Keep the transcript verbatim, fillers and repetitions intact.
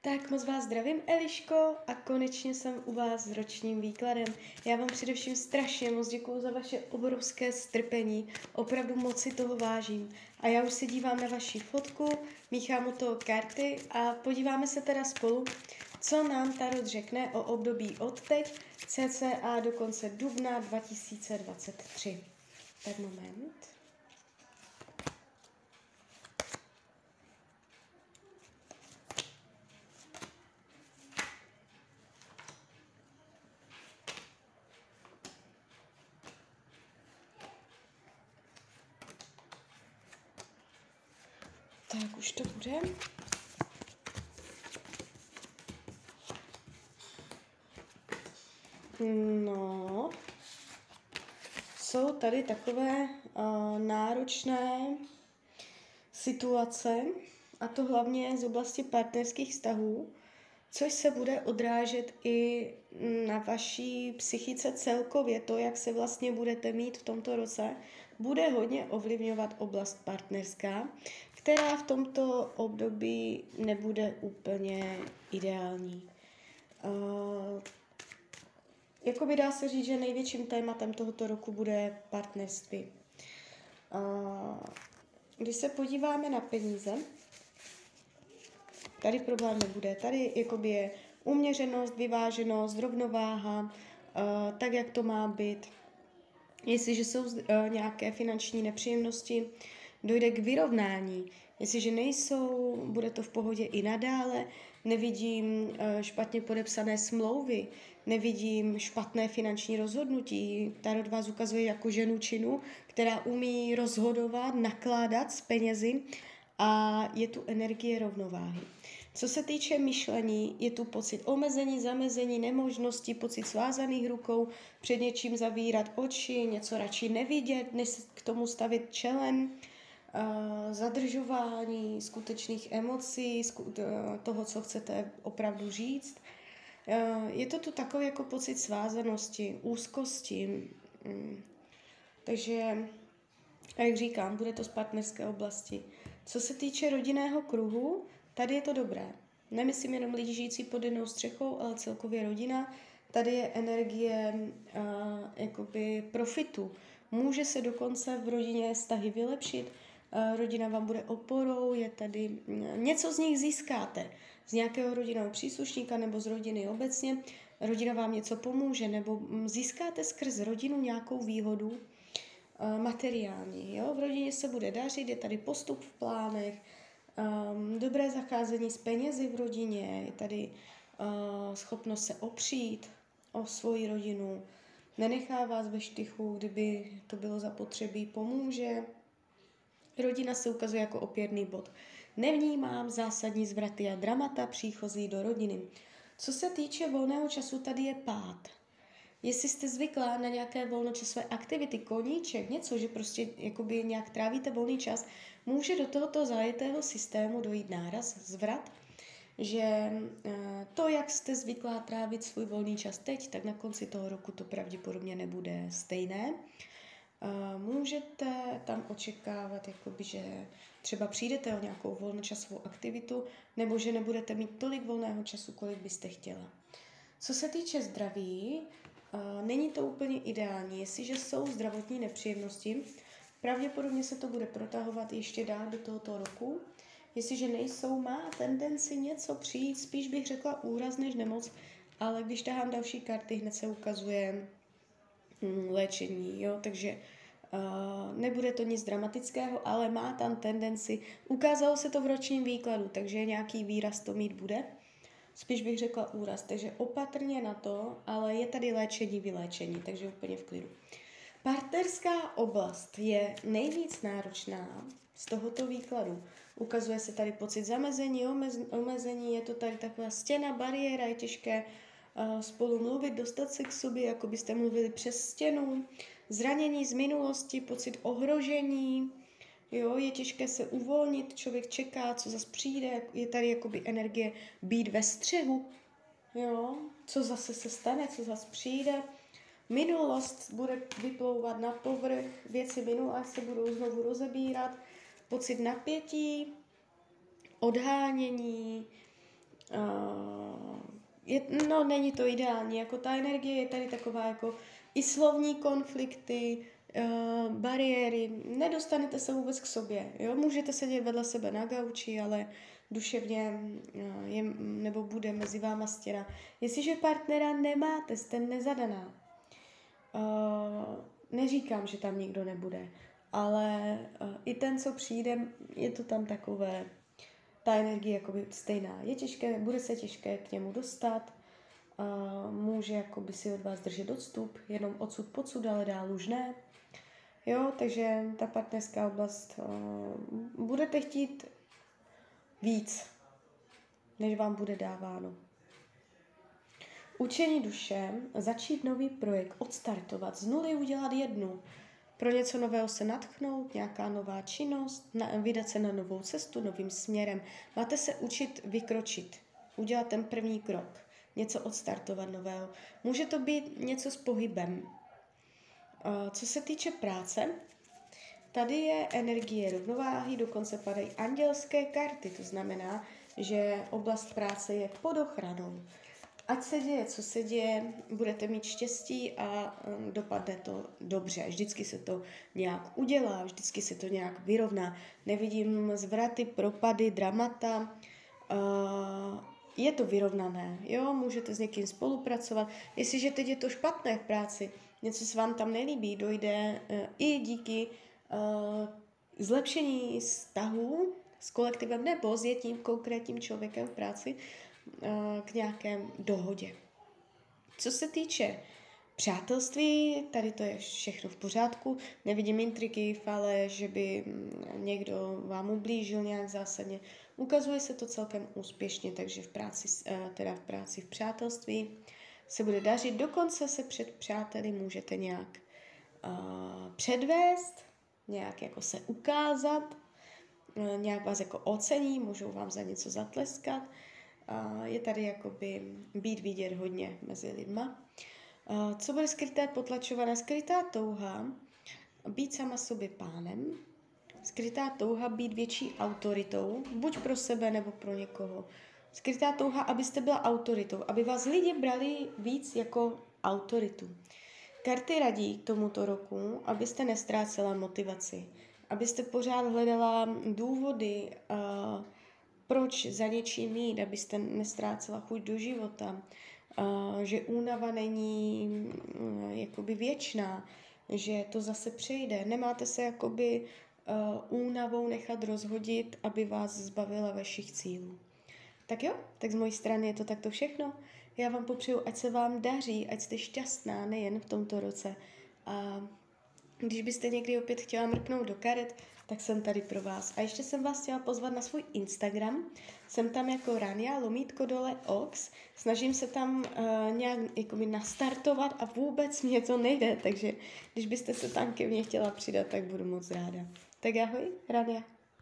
Tak moc vás zdravím, Eliško, a konečně jsem u vás s ročním výkladem. Já vám především strašně moc děkuju za vaše obrovské strpení, opravdu moc si toho vážím. A já už se dívám na vaši fotku, míchám u toho karty a podíváme se teda spolu, co nám Tarot řekne o období od teď, cca do konce dubna dva tisíce dvacet tři. Tak moment. Tak už to bude. No, jsou tady takové uh, náročné situace, a to hlavně z oblasti partnerských vztahů, což se bude odrážet i na vaší psychice celkově. To, jak se vlastně budete mít v tomto roce, bude hodně ovlivňovat oblast partnerská, která v tomto období nebude úplně ideální. Uh, Jakoby dá se říct, že největším tématem tohoto roku bude partnerství. Uh, Když se podíváme na peníze, tady problém nebude. Tady jakoby je uměřenost, vyváženost, rovnováha, uh, tak, jak to má být. Jestliže jsou uh, nějaké finanční nepříjemnosti, dojde k vyrovnání. Jestliže nejsou, bude to v pohodě i nadále. Nevidím uh, špatně podepsané smlouvy, nevidím špatné finanční rozhodnutí. Tarot vás ukazuje jako ženu činu, která umí rozhodovat, nakládat s penězi, a je tu energie rovnováhy. Co se týče myšlení, je tu pocit omezení, zamezení, nemožnosti, pocit svázaných rukou, před něčím zavírat oči, něco radši nevidět, než k tomu stavit čelem, uh, zadržování skutečných emocí, sku- toho, co chcete opravdu říct. Uh, je to tu takový jako pocit svázanosti, úzkosti. Mm. Takže, jak říkám, bude to z partnerské oblasti. Co se týče rodinného kruhu, tady je to dobré. Nemyslím jenom lidi žijící pod jednou střechou, ale celkově rodina. Tady je energie uh, jakoby profitu. Může se dokonce v rodině vztahy vylepšit, uh, rodina vám bude oporou, je tady uh, něco z nich získáte. Z nějakého rodinného příslušníka nebo z rodiny obecně. Rodina vám něco pomůže, nebo um, získáte skrz rodinu nějakou výhodu, materiální. Jo? V rodině se bude dařit, je tady postup v plánech, um, dobré zacházení s penězi v rodině, je tady uh, schopnost se opřít o svoji rodinu, nenechá vás ve štychu, kdyby to bylo zapotřebí, pomůže. Rodina se ukazuje jako opěrný bod. Nevnímám zásadní zvraty a dramata příchozí do rodiny. Co se týče volného času, tady je pád. Jestli jste zvyklá na nějaké volnočasové aktivity, koníček, něco, že prostě jakoby nějak trávíte volný čas, může do tohoto zajetého systému dojít náraz, zvrat, že to, jak jste zvyklá trávit svůj volný čas teď, tak na konci toho roku to pravděpodobně nebude stejné. Můžete tam očekávat, jakoby, že třeba přijdete o nějakou volnočasovou aktivitu, nebo že nebudete mít tolik volného času, kolik byste chtěla. Co se týče zdraví, Uh, není to úplně ideální. Jestliže jsou zdravotní nepříjemnosti, pravděpodobně se to bude protahovat ještě dál do tohoto roku. Jestliže nejsou, má tendenci něco přijít, spíš bych řekla úraz než nemoc, ale když tahám další karty, hned se ukazuje hm, léčení, jo? Takže uh, nebude to nic dramatického, ale má tam tendenci, ukázalo se to v ročním výkladu, takže nějaký výraz to mít bude. Spíš bych řekla úraz, takže opatrně na to, ale je tady léčení, vyléčení, takže úplně v klidu. Partnerská oblast je nejvíc náročná z tohoto výkladu. Ukazuje se tady pocit zamezení, omezení, je to tady taková stěna, bariéra, je těžké uh, spolu mluvit, dostat se k sobě, jako byste mluvili přes stěnu, zranění z minulosti, pocit ohrožení. Jo, je těžké se uvolnit, člověk čeká, co zase přijde, je tady jakoby energie být ve střehu, jo, co zase se stane, co zase přijde. Minulost bude vyplouvat na povrch, věci minulé se budou znovu rozebírat, pocit napětí, odhánění, Uh, je, no, není to ideální, jako ta energie je tady taková jako i slovní konflikty, uh, bariéry, nedostanete se vůbec k sobě, jo, můžete sedět vedle sebe na gauči, ale duševně uh, je, nebo bude mezi váma stěna. Jestliže partnera nemáte, jste nezadaná, uh, neříkám, že tam nikdo nebude, ale uh, i ten, co přijde, je to tam takové, ta energie jakoby stejná. Je těžké, bude se těžké k němu dostat, uh, může jakoby si od vás držet odstup, jenom odsud pocud, ale dál už ne. Jo, takže ta partnerská oblast, uh, budete chtít víc, než vám bude dáváno. Učení duše, začít nový projekt, odstartovat, z nuly udělat jednu, pro něco nového se natchnout, nějaká nová činnost, na, vydat se na novou cestu, novým směrem. Máte se učit vykročit, udělat ten první krok, něco odstartovat nového. Může to být něco s pohybem. Co se týče práce, tady je energie rovnováhy, dokonce padají andělské karty, to znamená, že oblast práce je pod ochranou. Ať se děje, co se děje, budete mít štěstí a um, dopadne to dobře. Vždycky se to nějak udělá, vždycky se to nějak vyrovná. Nevidím zvraty, propady, dramata. Uh, je to vyrovnané, jo, můžete s někým spolupracovat. Jestliže teď je to špatné v práci, něco se vám tam nelíbí, dojde uh, i díky uh, zlepšení vztahů s kolektivem nebo s jedním konkrétním člověkem v práci, k nějaké dohodě. Co se týče přátelství, tady to je všechno v pořádku. Nevidím intriky, ale že by někdo vám ublížil nějak zásadně. Ukazuje se to celkem úspěšně, takže v práci, teda v práci v přátelství se bude dařit. Dokonce se před přáteli můžete nějak uh, předvést, nějak jako se ukázat, uh, nějak vás jako ocení, můžou vám za něco zatleskat. Uh, je tady jakoby být vidět hodně mezi lidma. Uh, co bude skryté, potlačované? Skrytá touha být sama sobě pánem, skrytá touha být větší autoritou, buď pro sebe nebo pro někoho. Skrytá touha, abyste byla autoritou, aby vás lidi brali víc jako autoritu. Karty radí k tomuto roku, abyste nestrácela motivaci, abyste pořád hledala důvody, uh, proč za něčím jít, abyste nestrácela chuť do života, uh, že únava není uh, jakoby věčná, že to zase přejde. Nemáte se jakoby uh, únavou nechat rozhodit, aby vás zbavila vašich cílů. Tak jo, tak z mojí strany je to takto všechno. Já vám popřeju, ať se vám daří, ať jste šťastná nejen v tomto roce. A když byste někdy opět chtěla mrknout do karet, tak jsem tady pro vás. A ještě jsem vás chtěla pozvat na svůj Instagram. Jsem tam jako Rania, lomítko dole Ox. Snažím se tam uh, nějak jakoby nastartovat a vůbec mě to nejde. Takže když byste se tam ke mně chtěla přidat, tak budu moc ráda. Tak ahoj, Rania.